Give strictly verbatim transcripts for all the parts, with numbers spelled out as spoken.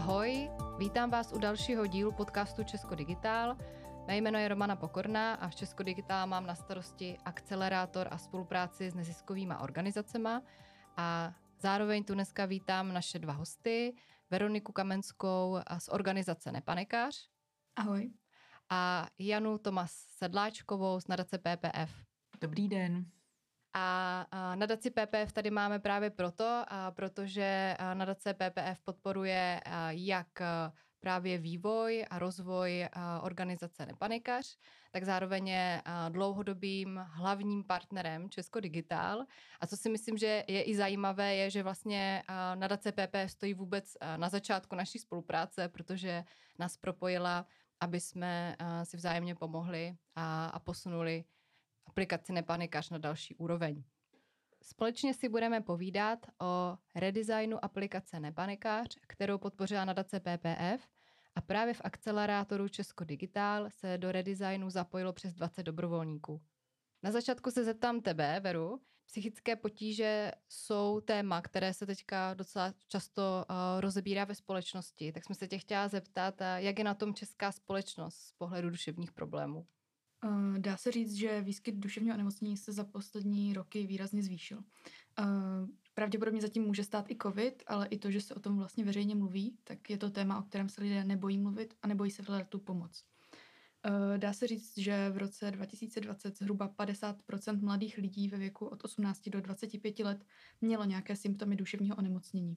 Ahoj, vítám vás u dalšího dílu podcastu Česko Digitál. Mé jméno je Romana Pokorná a v Česko Digitál mám na starosti akcelerátor a spolupráci s neziskovými organizacemi. A zároveň tu dneska vítám naše dva hosty, Veroniku Kamenskou z organizace Nepanikař. Ahoj. A Janu Tomas Sedláčkovou z nadace P P F. Dobrý den. A nadaci P P F tady máme právě proto, protože nadace P P F podporuje jak právě vývoj a rozvoj organizace Nepanikař, tak zároveň je dlouhodobým hlavním partnerem Česko Digitál. A co si myslím, že je i zajímavé, je, že vlastně nadace P P F stojí vůbec na začátku naší spolupráce, protože nás propojila, aby jsme si vzájemně pomohli a, a posunuli aplikaci Nepanikař na další úroveň. Společně si budeme povídat o redesignu aplikace Nepanikař, kterou podpořila nadace P P F, a právě v akcelerátoru Česko Digitál se do redesignu zapojilo přes dvacet dobrovolníků. Na začátku se zeptám tebe, Veru. Psychické potíže jsou téma, které se teďka docela často uh, rozebírá ve společnosti. Tak jsme se tě chtěla zeptat, uh, jak je na tom česká společnost z pohledu duševních problémů. Dá se říct, že výskyt duševního onemocnění se za poslední roky výrazně zvýšil. Pravděpodobně zatím může stát i covid, ale i to, že se o tom vlastně veřejně mluví, tak je to téma, o kterém se lidé nebojí mluvit a nebojí se hledat tu pomoc. Dá se říct, že v roce dva tisíce dvacet zhruba padesát procent mladých lidí ve věku od osmnácti do dvaceti pěti let mělo nějaké symptomy duševního onemocnění.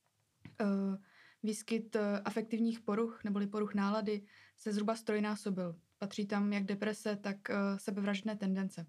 Výskyt afektivních poruch neboli poruch nálady se zhruba strojnásobil. Patří tam jak deprese, tak sebevražedné tendence.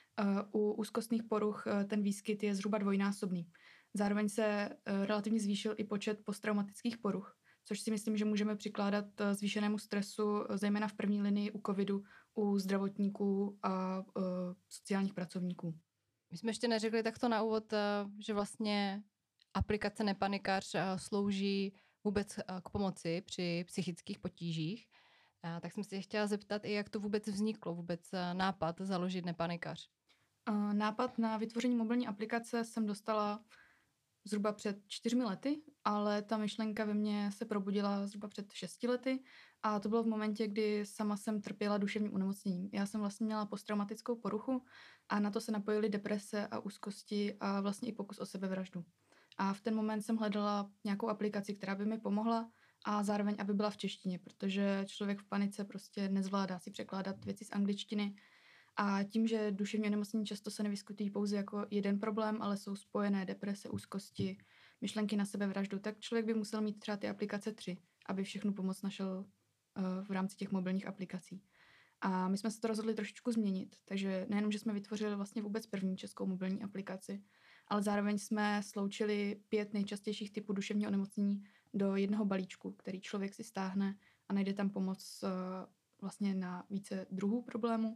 U úzkostných poruch ten výskyt je zhruba dvojnásobný. Zároveň se relativně zvýšil i počet posttraumatických poruch, což si myslím, že můžeme přikládat zvýšenému stresu, zejména v první linii u covidu, u zdravotníků a sociálních pracovníků. My jsme ještě neřekli takto na úvod, že vlastně aplikace Nepanikař slouží vůbec k pomoci při psychických potížích. Tak jsem se chtěla zeptat i, jak to vůbec vzniklo, vůbec nápad založit Nepanikař. Nápad na vytvoření mobilní aplikace jsem dostala zhruba před čtyřmi lety, ale ta myšlenka ve mně se probudila zhruba před šesti lety a to bylo v momentě, kdy sama jsem trpěla duševním onemocněním. Já jsem vlastně měla posttraumatickou poruchu a na to se napojily deprese a úzkosti a vlastně i pokus o sebevraždu. A v ten moment jsem hledala nějakou aplikaci, která by mi pomohla a zároveň, aby byla v češtině, protože člověk v panice prostě nezvládá si překládat věci z angličtiny. A tím, že duševní onemocnění často se nevyskytují pouze jako jeden problém, ale jsou spojené deprese, úzkosti, myšlenky na sebevraždu, tak člověk by musel mít třeba ty aplikace tři, aby všechnu pomoc našel uh, v rámci těch mobilních aplikací. A my jsme se to rozhodli trošičku změnit, takže nejenom, že jsme vytvořili vlastně vůbec první českou mobilní aplikaci, ale zároveň jsme sloučili pět nejčastějších typů duševního onemocnění do jednoho balíčku, který člověk si stáhne a najde tam pomoc uh, vlastně na více druhů problémů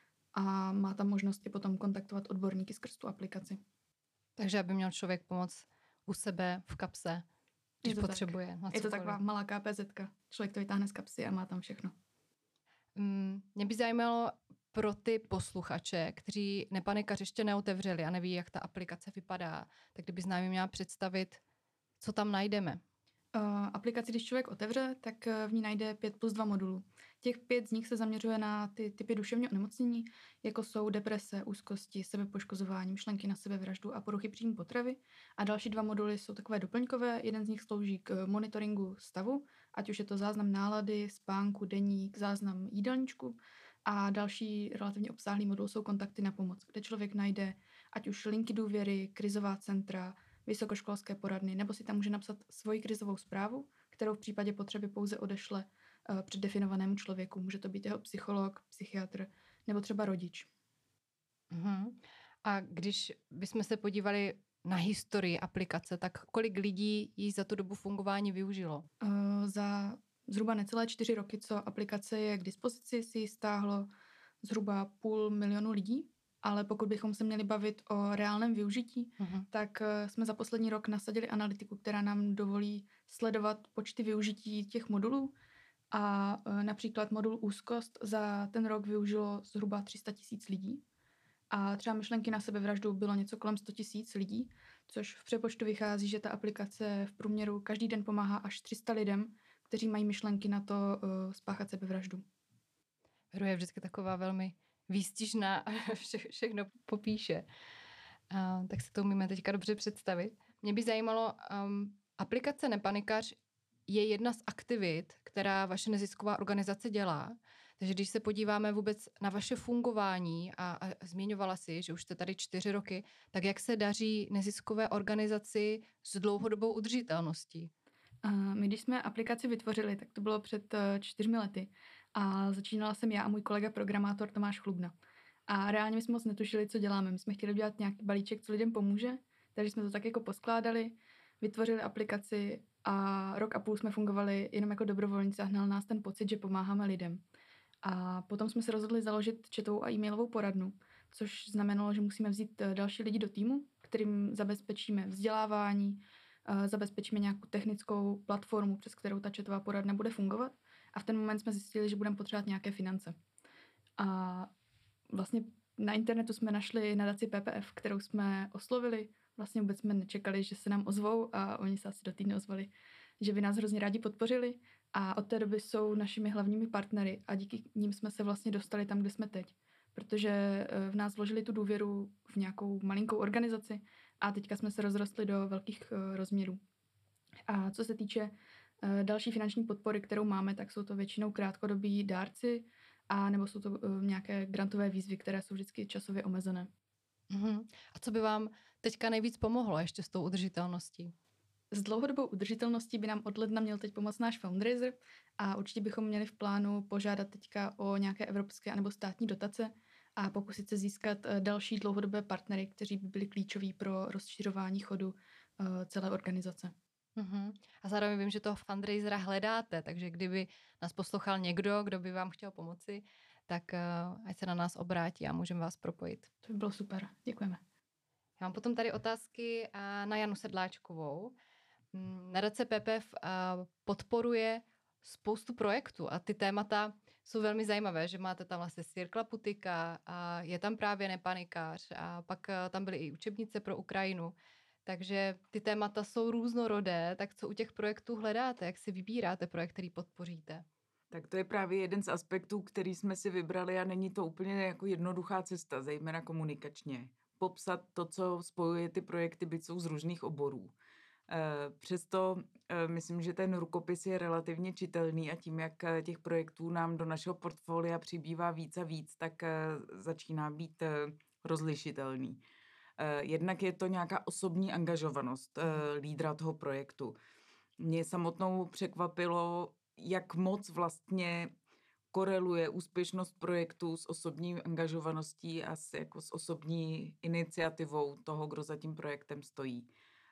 a má tam možnost i potom kontaktovat odborníky skrz tu aplikaci. Takže aby měl člověk pomoc u sebe v kapse, když je potřebuje. Je to taková malá ká pé zetka. Člověk to vytáhne z kapsy a má tam všechno. Mm, mě by zajímalo pro ty posluchače, kteří Nepanikař ještě neotevřeli a neví, jak ta aplikace vypadá, tak kdyby s námi měla představit, co tam najdeme. Uh, aplikaci, když člověk otevře, tak v ní najde pět plus dva modulů. Těch pět z nich se zaměřuje na ty typy duševního onemocnění, jako jsou deprese, úzkosti, sebepoškozování, myšlenky na sebevraždu a poruchy příjmu potravy. A další dva moduly jsou takové doplňkové. Jeden z nich slouží k monitoringu stavu, ať už je to záznam nálady, spánku, deník, záznam jídelníčku. A další relativně obsáhlý modul jsou kontakty na pomoc, kde člověk najde ať už linky důvěry, krizová centra, vysokoškolské poradny, nebo si tam může napsat svoji krizovou zprávu, kterou v případě potřeby pouze odešle uh, předdefinovanému člověku. Může to být jeho psycholog, psychiatr nebo třeba rodič. Uhum. A když bychom se podívali na historii aplikace, tak kolik lidí ji za tu dobu fungování využilo? Uh, za zhruba necelé čtyři roky, co aplikace je k dispozici, si ji stáhlo zhruba půl milionu lidí. Ale pokud bychom se měli bavit o reálném využití, uh-huh. tak jsme za poslední rok nasadili analytiku, která nám dovolí sledovat počty využití těch modulů. A například modul úzkost za ten rok využilo zhruba tři sta tisíc lidí. A třeba myšlenky na sebevraždu bylo něco kolem sto tisíc lidí, což v přepočtu vychází, že ta aplikace v průměru každý den pomáhá až tři sta lidem, kteří mají myšlenky na to uh, spáchat sebevraždu. Hru je vždycky taková velmi výstižná a vše, všechno popíše. Uh, tak si to umíme teďka dobře představit. Mě by zajímalo, um, aplikace Nepanikař je jedna z aktivit, která vaše nezisková organizace dělá. Takže když se podíváme vůbec na vaše fungování a, a zmiňovala si, že už jste tady čtyři roky, tak jak se daří neziskové organizaci s dlouhodobou udržitelností? Uh, my, když jsme aplikaci vytvořili, tak to bylo před uh, čtyřmi lety a začínala jsem já a můj kolega programátor Tomáš Chlubna. A reálně my jsme moc netušili, co děláme. My jsme chtěli dělat nějaký balíček, co lidem pomůže, takže jsme to tak jako poskládali, vytvořili aplikaci a rok a půl jsme fungovali jenom jako dobrovolníci a hnal nás ten pocit, že pomáháme lidem. A potom jsme se rozhodli založit chatovou a e-mailovou poradnu, což znamenalo, že musíme vzít další lidi do týmu, kterým zabezpečíme vzdělávání, zabezpečíme nějakou technickou platformu, přes kterou ta chatová poradna bude fungovat. A v ten moment jsme zjistili, že budeme potřebovat nějaké finance. A vlastně na internetu jsme našli nadaci P P F, kterou jsme oslovili. Vlastně vůbec jsme nečekali, že se nám ozvou a oni se asi do týdne ozvali, že by nás hrozně rádi podpořili. A od té doby jsou našimi hlavními partnery a díky nim jsme se vlastně dostali tam, kde jsme teď. Protože v nás vložili tu důvěru v nějakou malinkou organizaci a teďka jsme se rozrostli do velkých rozměrů. A co se týče další finanční podpory, kterou máme, tak jsou to většinou krátkodobí dárci a nebo jsou to nějaké grantové výzvy, které jsou vždycky časově omezené. Mm-hmm. A co by vám teďka nejvíc pomohlo ještě s tou udržitelností? S dlouhodobou udržitelností by nám od ledna měl teď pomoct náš fundraiser a určitě bychom měli v plánu požádat teďka o nějaké evropské nebo státní dotace a pokusit se získat další dlouhodobé partnery, kteří by byli klíčoví pro rozšiřování chodu celé organizace. Uhum. A zároveň vím, že toho fundraisera hledáte, takže kdyby nás poslouchal někdo, kdo by vám chtěl pomoci, tak uh, ať se na nás obrátí a můžeme vás propojit. To by bylo super, děkujeme. Já mám potom tady otázky uh, na Janu Sedláčkovou. Hmm, nadace P P F uh, podporuje spoustu projektů a ty témata jsou velmi zajímavé, že máte tam vlastně Cirkla Putika a je tam právě Nepanikař a pak uh, tam byly i učebnice pro Ukrajinu. Takže ty témata jsou různorodé, tak co u těch projektů hledáte? Jak si vybíráte projekt, který podpoříte? Tak to je právě jeden z aspektů, který jsme si vybrali a není to úplně jako jednoduchá cesta, zejména komunikačně. Popsat to, co spojuje ty projekty, byť jsou z různých oborů. Přesto myslím, že ten rukopis je relativně čitelný a tím, jak těch projektů nám do našeho portfolia přibývá víc a víc, tak začíná být rozlišitelný. Jednak je to nějaká osobní angažovanost lídra toho projektu. Mě samotnou překvapilo, jak moc vlastně koreluje úspěšnost projektu s osobní angažovaností a s, jako s osobní iniciativou toho, kdo za tím projektem stojí.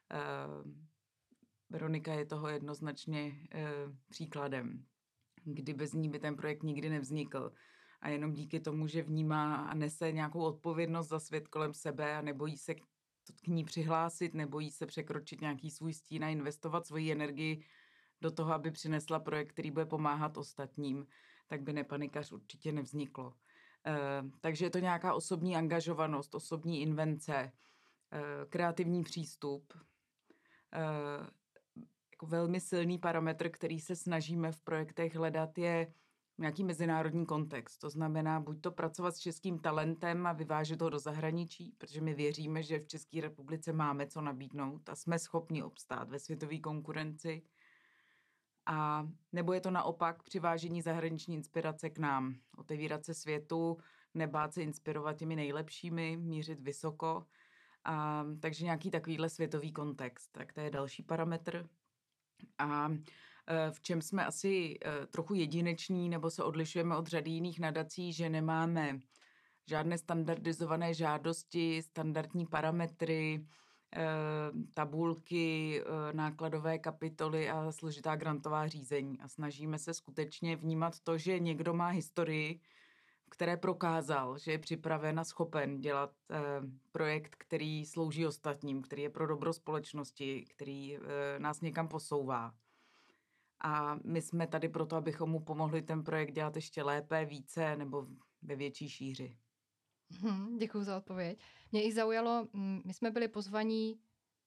Veronika je toho jednoznačně příkladem, kdy bez ní by ten projekt nikdy nevznikl. A jenom díky tomu, že vnímá a nese nějakou odpovědnost za svět kolem sebe a nebojí se k ní přihlásit, nebojí se překročit nějaký svůj stín a investovat svoji energii do toho, aby přinesla projekt, který bude pomáhat ostatním, tak by Nepanikař určitě nevzniklo. E, takže je to nějaká osobní angažovanost, osobní invence, e, kreativní přístup, e, jako velmi silný parametr, který se snažíme v projektech hledat, je nějaký mezinárodní kontext. To znamená buď to pracovat s českým talentem a vyvážet ho do zahraničí, protože my věříme, že v České republice máme co nabídnout a jsme schopni obstát ve světové konkurenci. A nebo je to naopak přivážení zahraniční inspirace k nám. Otevírat se světu, nebát se inspirovat těmi nejlepšími, mířit vysoko. A, takže nějaký takovýhle světový kontext. Tak to je další parametr. A v čem jsme asi trochu jedineční nebo se odlišujeme od řady jiných nadací, že nemáme žádné standardizované žádosti, standardní parametry, tabulky, nákladové kapitoly a složitá grantová řízení. A snažíme se skutečně vnímat to, že někdo má historii, které prokázal, že je připraven a schopen dělat projekt, který slouží ostatním, který je pro dobro společnosti, který nás někam posouvá. A my jsme tady proto, abychom mu pomohli ten projekt dělat ještě lépe, více nebo ve větší šíři. Hmm, děkuji za odpověď. Mě i zaujalo, my jsme byli pozvaní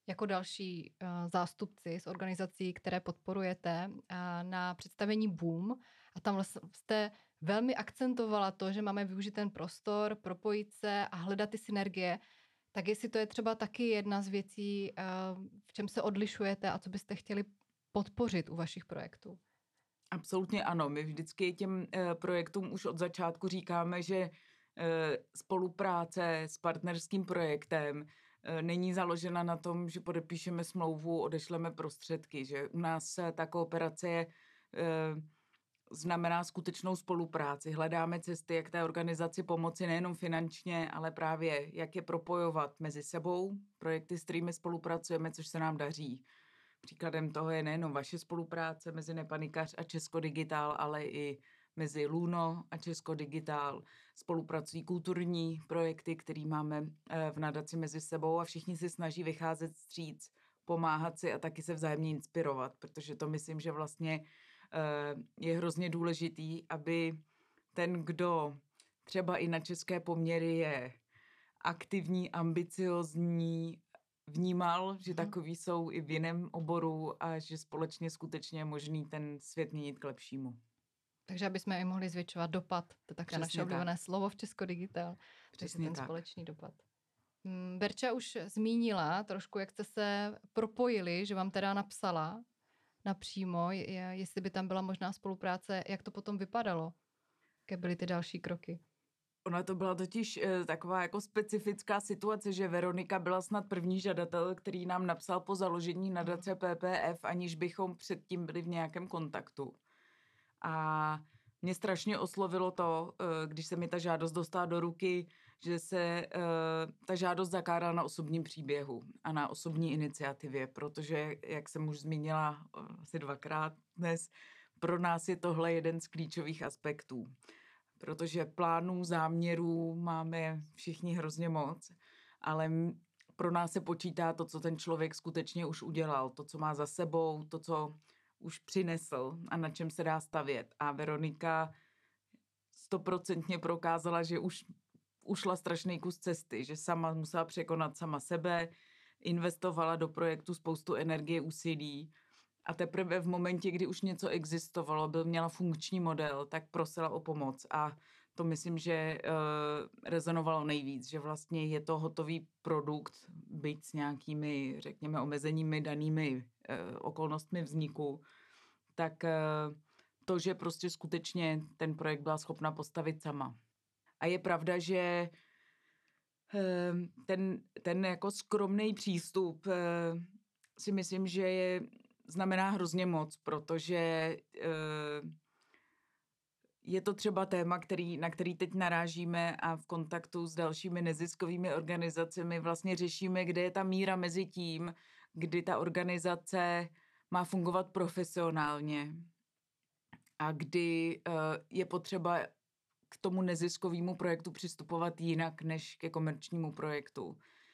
jako další uh, zástupci z organizací, které podporujete uh, na představení Boom a tam vlastně jste velmi akcentovala to, že máme využít ten prostor, propojit se a hledat ty synergie. Tak jestli to je třeba taky jedna z věcí, uh, v čem se odlišujete a co byste chtěli podpořit u vašich projektů? Absolutně ano. My vždycky těm uh, projektům už od začátku říkáme, že uh, spolupráce s partnerským projektem není založena na tom, že podepíšeme smlouvu, odešleme prostředky, že u nás ta kooperace je, e, znamená skutečnou spolupráci. Hledáme cesty, jak té organizaci pomoci nejenom finančně, ale právě jak je propojovat mezi sebou, projekty, s kterými spolupracujeme, což se nám daří. Příkladem toho je nejenom vaše spolupráce mezi Nepanikař a Česko Digital, ale i mezi Luno a Česko Digital. Spolupracují kulturní projekty, které máme v nadaci mezi sebou a všichni se snaží vycházet vstříc, pomáhat si a taky se vzájemně inspirovat, protože to myslím, že vlastně je hrozně důležitý, aby ten, kdo třeba i na české poměry je aktivní, ambiciozní, vnímal, že takový jsou i v jiném oboru a že společně skutečně je možný ten svět měnit k lepšímu. Takže aby jsme i mohli zvětšovat dopad. To je také Přesně naše oblíbené tak. slovo v Česko Digital. Přesně ten tak. společný dopad. Berča už zmínila trošku, jak jste se propojili, že vám teda napsala napřímo, jestli by tam byla možná spolupráce, jak to potom vypadalo. Jaké byly ty další kroky? Ona to byla totiž e, taková jako specifická situace, že Veronika byla snad první žadatel, který nám napsal po založení nadace P P F, aniž bychom předtím byli v nějakém kontaktu. A mě strašně oslovilo to, e, když se mi ta žádost dostala do ruky, že se e, ta žádost zakládá na osobním příběhu a na osobní iniciativě, protože, jak jsem už zmínila asi dvakrát dnes, pro nás je tohle jeden z klíčových aspektů. Protože plánů, záměrů máme všichni hrozně moc, ale pro nás se počítá to, co ten člověk skutečně už udělal, to, co má za sebou, to, co už přinesl a na čem se dá stavět. A Veronika stoprocentně prokázala, že už ušla strašný kus cesty, že sama musela překonat sama sebe, investovala do projektu spoustu energie, úsilí a teprve v momentě, kdy už něco existovalo, byl měla funkční model, tak prosila o pomoc a to myslím, že uh, rezonovalo nejvíc, že vlastně je to hotový produkt, byť s nějakými, řekněme, omezeními danými uh, okolnostmi vzniku, tak uh, to, že prostě skutečně ten projekt byla schopna postavit sama. A je pravda, že uh, ten, ten jako skromný přístup uh, si myslím, že je znamená hrozně moc, protože uh, je to třeba téma, který, na který teď narážíme a v kontaktu s dalšími neziskovými organizacemi vlastně řešíme, kde je ta míra mezi tím, kdy ta organizace má fungovat profesionálně a kdy uh, je potřeba k tomu neziskovému projektu přistupovat jinak než ke komerčnímu projektu.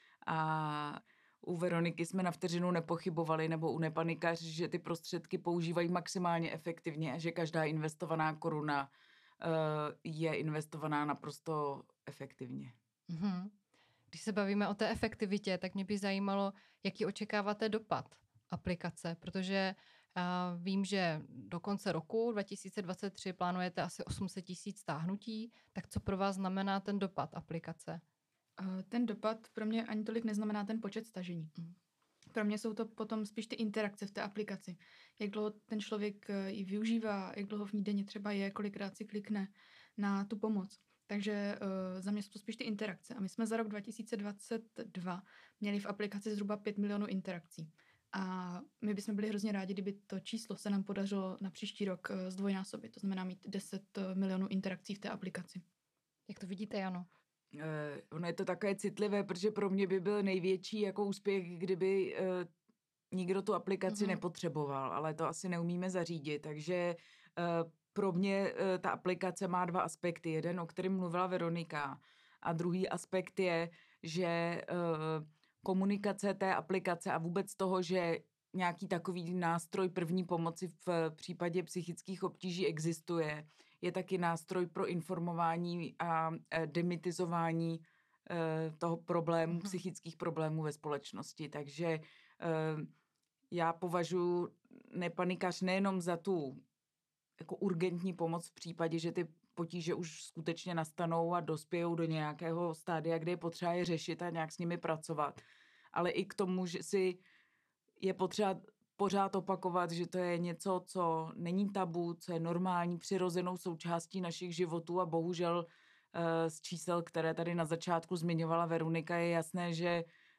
A u Veroniky jsme na vteřinu nepochybovali, nebo u Nepanikař, že ty prostředky používají maximálně efektivně a že každá investovaná koruna uh, je investovaná naprosto efektivně. Mm-hmm. Když se bavíme o té efektivitě, tak mě by zajímalo, jaký očekáváte dopad aplikace, protože uh, vím, že do konce roku dva tisíce dvacet tři plánujete asi osm set tisíc stáhnutí, tak co pro vás znamená ten dopad aplikace? Ten dopad pro mě ani tolik neznamená ten počet stažení. Pro mě jsou to potom spíš ty interakce v té aplikaci. Jak dlouho ten člověk ji využívá, jak dlouho v ní denně třeba je, kolikrát si klikne na tu pomoc. Takže uh, za mě jsou to spíš ty interakce. A my jsme za rok dva tisíce dvacet dva měli v aplikaci zhruba pět milionů interakcí. A my bychom byli hrozně rádi, kdyby to číslo se nám podařilo na příští rok uh, zdvojnásobit. To znamená mít deset milionů interakcí v té aplikaci. Jak to vidíte, Jano? Uh, ono je to takové citlivé, protože pro mě by byl největší jako úspěch, kdyby uh, nikdo tu aplikaci mm-hmm. nepotřeboval, ale to asi neumíme zařídit, takže uh, pro mě uh, ta aplikace má dva aspekty. Jeden, o kterém mluvila Veronika, a druhý aspekt je, že uh, komunikace té aplikace a vůbec toho, že nějaký takový nástroj první pomoci v případě psychických obtíží existuje, je taky nástroj pro informování a demytizování toho problému, mm-hmm. psychických problémů ve společnosti. Takže Já považuji Nepanikař nejenom za tu jako urgentní pomoc v případě, že ty potíže už skutečně nastanou a dospějou do nějakého stádia, kde je potřeba je řešit a nějak s nimi pracovat. Ale i k tomu, že si je potřeba pořád opakovat, že to je něco, co není tabu, co je normální, přirozenou součástí našich životů a bohužel z čísel, které tady na začátku zmiňovala Veronika, je jasné, že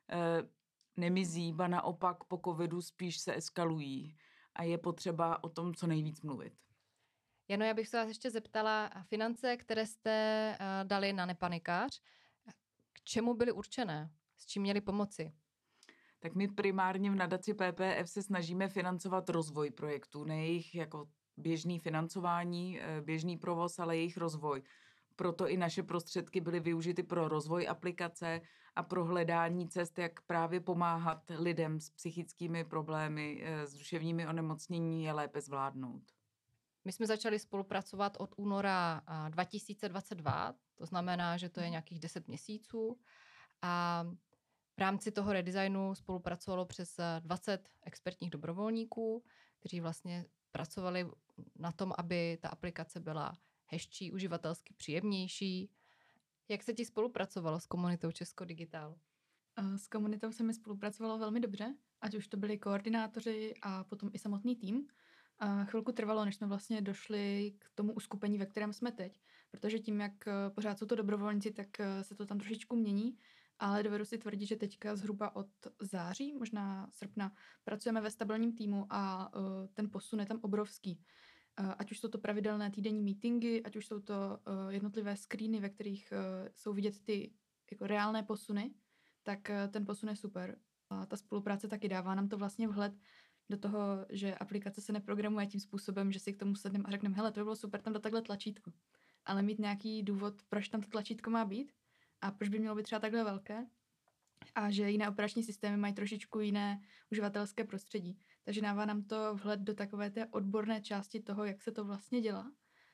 nemizí, ba naopak po covidu spíš se eskalují a je potřeba o tom co nejvíc mluvit. Jano, já bych se vás ještě zeptala, finance, které jste uh, dali na Nepanikař, k čemu byly určené? S čím měly pomoci? Tak my primárně v nadaci P P F se snažíme financovat rozvoj projektů, ne jejich jako běžný financování, běžný provoz, ale jejich rozvoj. Proto i naše prostředky byly využity pro rozvoj aplikace a pro hledání cest, jak právě pomáhat lidem s psychickými problémy, s duševními onemocnění je lépe zvládnout. My jsme začali spolupracovat od února dva tisíce dvacet dva, to znamená, že to je nějakých deset měsíců a v rámci toho redesignu spolupracovalo přes dvacet expertních dobrovolníků, kteří vlastně pracovali na tom, aby ta aplikace byla hezčí, uživatelsky příjemnější. Jak se ti spolupracovalo s komunitou Česko Digitál? S komunitou se mi spolupracovalo velmi dobře, ať už to byli koordinátoři a potom i samotný tým. A chvilku trvalo, než jsme vlastně došli k tomu uskupení, ve kterém jsme teď, protože tím, jak pořád jsou to dobrovolníci, tak se to tam trošičku mění, ale dovedu si tvrdit, že teďka zhruba od září, možná srpna, pracujeme ve stabilním týmu a ten posun je tam obrovský. Ať už jsou to pravidelné týdenní meetingy, ať už jsou to jednotlivé screeny, ve kterých jsou vidět ty jako reálné posuny, tak ten posun je super. A ta spolupráce taky dává nám to vlastně vhled do toho, že aplikace se neprogramuje tím způsobem, že si k tomu sedneme a řekneme, hele, to by bylo super tam dát takhle tlačítko. Ale mít nějaký důvod, proč tam to tlačítko má být a proč by mělo být třeba takhle velké a že jiné operační systémy mají trošičku jiné uživatelské prostředí. Takže dává nám to vhled do takové té odborné části toho, jak se to vlastně dělá.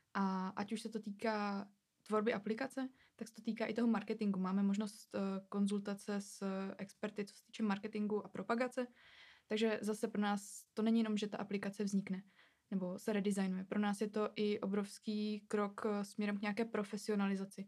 A ať už se to týká tvorby aplikace, tak se to týká i toho marketingu. Máme možnost konzultace s experty, co se týče marketingu a propagace. Takže zase pro nás to není jenom, že ta aplikace vznikne nebo se redesignuje. Pro nás je to i obrovský krok směrem k nějaké profesionalizaci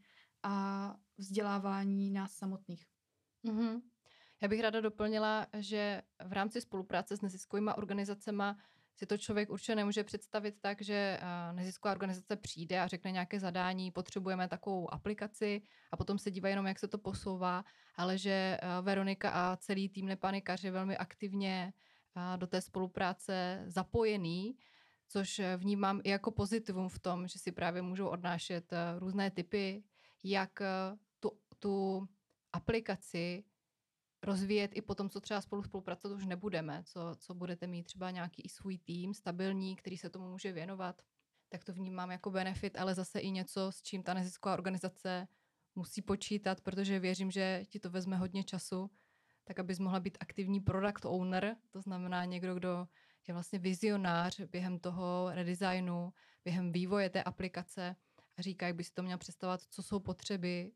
a vzdělávání nás samotných. Mm-hmm. Já bych ráda doplnila, že v rámci spolupráce s neziskovými organizacemi si to člověk určitě nemůže představit tak, že nezisková organizace přijde a řekne nějaké zadání, potřebujeme takovou aplikaci a potom se dívá jenom, jak se to posouvá, ale že Veronika a celý tým Nepanikař je velmi aktivně do té spolupráce zapojený, což vnímám i jako pozitivum v tom, že si právě můžou odnášet různé typy, jak tu, tu aplikaci rozvíjet i potom, co třeba spolu spolupracovat už nebudeme, co, co budete mít třeba nějaký i svůj tým stabilní, který se tomu může věnovat, tak to vnímám jako benefit, ale zase i něco, s čím ta nezisková organizace musí počítat, protože věřím, že ti to vezme hodně času, tak abys mohla být aktivní product owner, to znamená někdo, kdo je vlastně vizionář během toho redesignu, během vývoje té aplikace a říká, jak by si to měl představovat, co jsou potřeby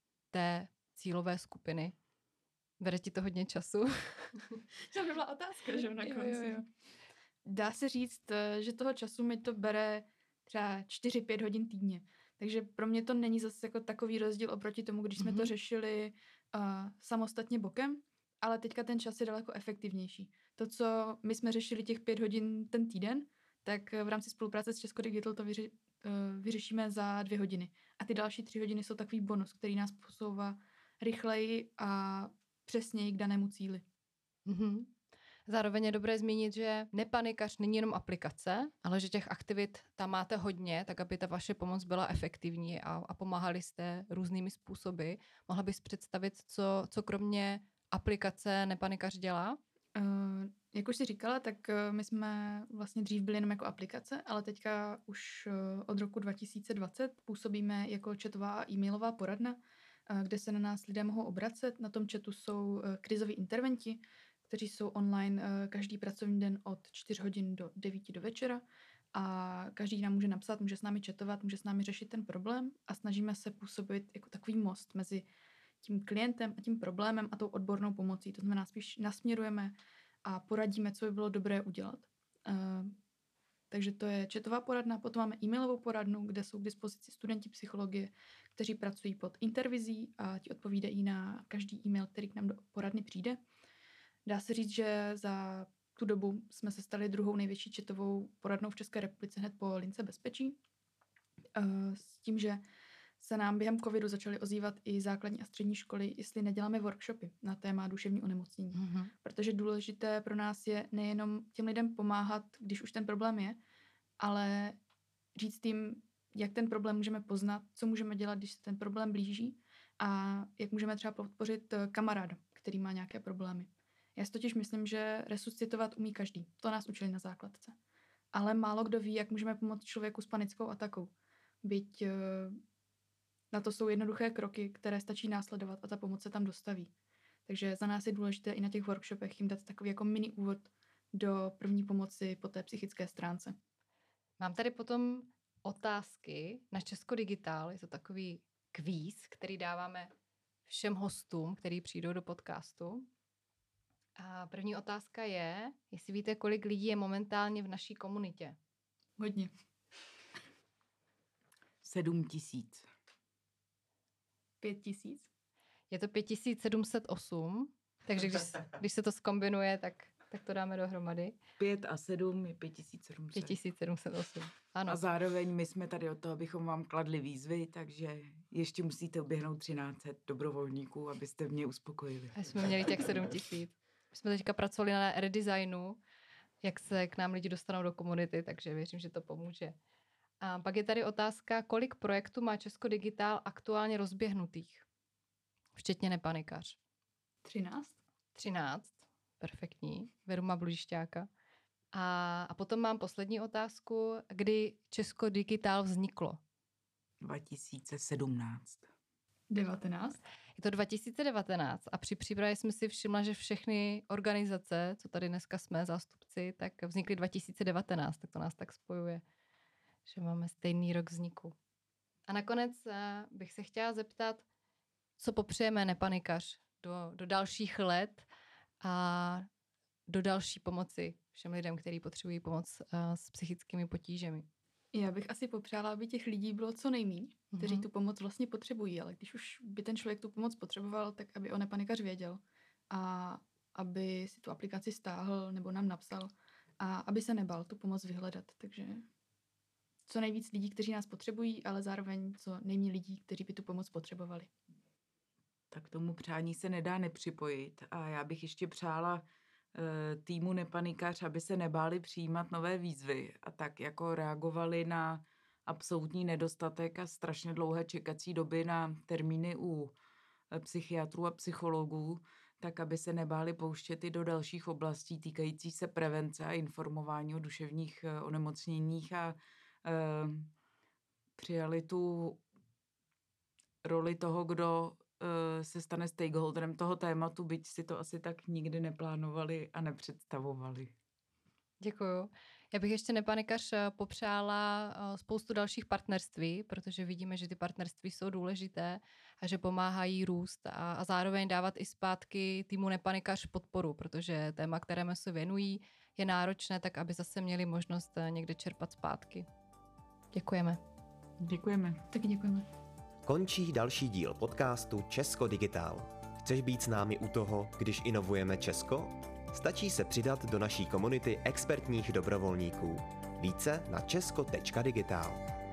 té cílové skupiny. Bere ti to hodně času? To byla otázka, že na konci. Jo, jo, jo. Dá se říct, že toho času mi to bere třeba čtyři pět hodin týdně. Takže pro mě to není zase jako takový rozdíl oproti tomu, když jsme mm-hmm. to řešili uh, samostatně bokem, ale teďka ten čas je daleko efektivnější. To, co my jsme řešili těch pět hodin ten týden, tak v rámci spolupráce s Česko Digital to vyři, uh, vyřešíme za dvě hodiny. A ty další tři hodiny jsou takový bonus, který nás posouvá rychleji a přesněji k danému cíli. Mm-hmm. Zároveň je dobré zmínit, že Nepanikař není jenom aplikace, ale že těch aktivit tam máte hodně, tak aby ta vaše pomoc byla efektivní a, a pomáhali jste různými způsoby. Mohla bys představit, co, co kromě aplikace Nepanikař dělá? Uh, jak už jsi říkala, tak uh, my jsme vlastně dřív byli jenom jako aplikace, ale teďka už uh, od roku dva tisíce dvacet působíme jako chatová a e-mailová poradna, uh, kde se na nás lidé mohou obracet. Na tom chatu jsou uh, krizoví interventi, kteří jsou online uh, každý pracovní den od čtyř hodin do devíti do večera a každý nám může napsat, může s námi chatovat, může s námi řešit ten problém a snažíme se působit jako takový most mezi tím klientem a tím problémem a tou odbornou pomocí. To znamená, spíš nasměrujeme a poradíme, co by bylo dobré udělat. Uh, takže to je chatová poradna, potom máme e-mailovou poradnu, kde jsou k dispozici studenti psychologie, kteří pracují pod intervizí a ti odpovídají na každý e-mail, který k nám do poradny přijde. Dá se říct, že za tu dobu jsme se stali druhou největší chatovou poradnou v České republice hned po lince bezpečí. S tím, že se nám během covidu začaly ozývat i základní a střední školy, jestli neděláme workshopy na téma duševní onemocnění. Mm-hmm. Protože důležité pro nás je nejenom těm lidem pomáhat, když už ten problém je, ale říct jim, jak ten problém můžeme poznat, co můžeme dělat, když se ten problém blíží a jak můžeme třeba podpořit kamaráda, který má nějaké problémy. Já si totiž myslím, že resuscitovat umí každý. To nás učili na základce. Ale málo kdo ví, jak můžeme pomoct člověku s panickou atakou. Byť na to jsou jednoduché kroky, které stačí následovat a ta pomoc se tam dostaví. Takže za nás je důležité i na těch workshopech jim dát takový jako mini úvod do první pomoci po té psychické stránce. Mám tady potom otázky na Česko Digitál. Je to takový kvíz, který dáváme všem hostům, který přijdou do podcastu. A první otázka je, jestli víte, kolik lidí je momentálně v naší komunitě. Hodně. Sedm tisíc. Pět tisíc? Je to pět tisíc sedm set osm, takže když, když se to zkombinuje, tak, tak to dáme dohromady. Pět a sedm je pět tisíc sedm set. pět tisíc sedm set osm, ano. A zároveň my jsme tady od toho, abychom vám kladli výzvy, takže ještě musíte oběhnout třináct set dobrovolníků, abyste mě uspokojili. A jsme měli těch sedm tisíc. My jsme teďka pracovali na redesignu, jak se k nám lidi dostanou do komunity, takže věřím, že to pomůže. A pak je tady otázka, kolik projektů má Česko Digitál aktuálně rozběhnutých? Včetně Nepanikař. Třináct. Třináct, perfektní. Veruma Bludišťáka. A, a potom mám poslední otázku, kdy Česko Digitál vzniklo? dva tisíce sedmnáct. devatenáct. Je to dva tisíce devatenáct a při přípravě jsme si všimla, že všechny organizace, co tady dneska jsme, zástupci, tak vznikly dva tisíce devatenáct, tak to nás tak spojuje, že máme stejný rok vzniku. A nakonec bych se chtěla zeptat, co popřejeme Nepanikař do, do dalších let a do další pomoci všem lidem, kteří potřebují pomoc s psychickými potížemi. Já bych asi popřála, aby těch lidí bylo co nejméně, kteří mm-hmm. tu pomoc vlastně potřebují, ale když už by ten člověk tu pomoc potřeboval, tak aby o Nepanikař věděl a aby si tu aplikaci stáhl nebo nám napsal a aby se nebal tu pomoc vyhledat. Takže co nejvíc lidí, kteří nás potřebují, ale zároveň co nejméně lidí, kteří by tu pomoc potřebovali. Tak tomu přání se nedá nepřipojit a já bych ještě přála týmu Nepanikař, aby se nebáli přijímat nové výzvy a tak jako reagovali na absolutní nedostatek a strašně dlouhé čekací doby na termíny u psychiatrů a psychologů, tak aby se nebáli pouštět i do dalších oblastí týkající se prevence a informování o duševních onemocněních a e, přijali tu roli toho, kdo se stane stakeholderem toho tématu, byť si to asi tak nikdy neplánovali a nepředstavovali. Děkuju. Já bych ještě Nepanikař popřála spoustu dalších partnerství, protože vidíme, že ty partnerství jsou důležité a že pomáhají růst a, a zároveň dávat i zpátky týmu Nepanikař podporu, protože téma, kterému se věnují, je náročné, tak aby zase měli možnost někde čerpat zpátky. Děkujeme. Děkujeme. Taky děkujeme. Končí další díl podcastu Česko Digitál. Chceš být s námi u toho, když inovujeme Česko? Stačí se přidat do naší komunity expertních dobrovolníků. Více na česko tečka digitál.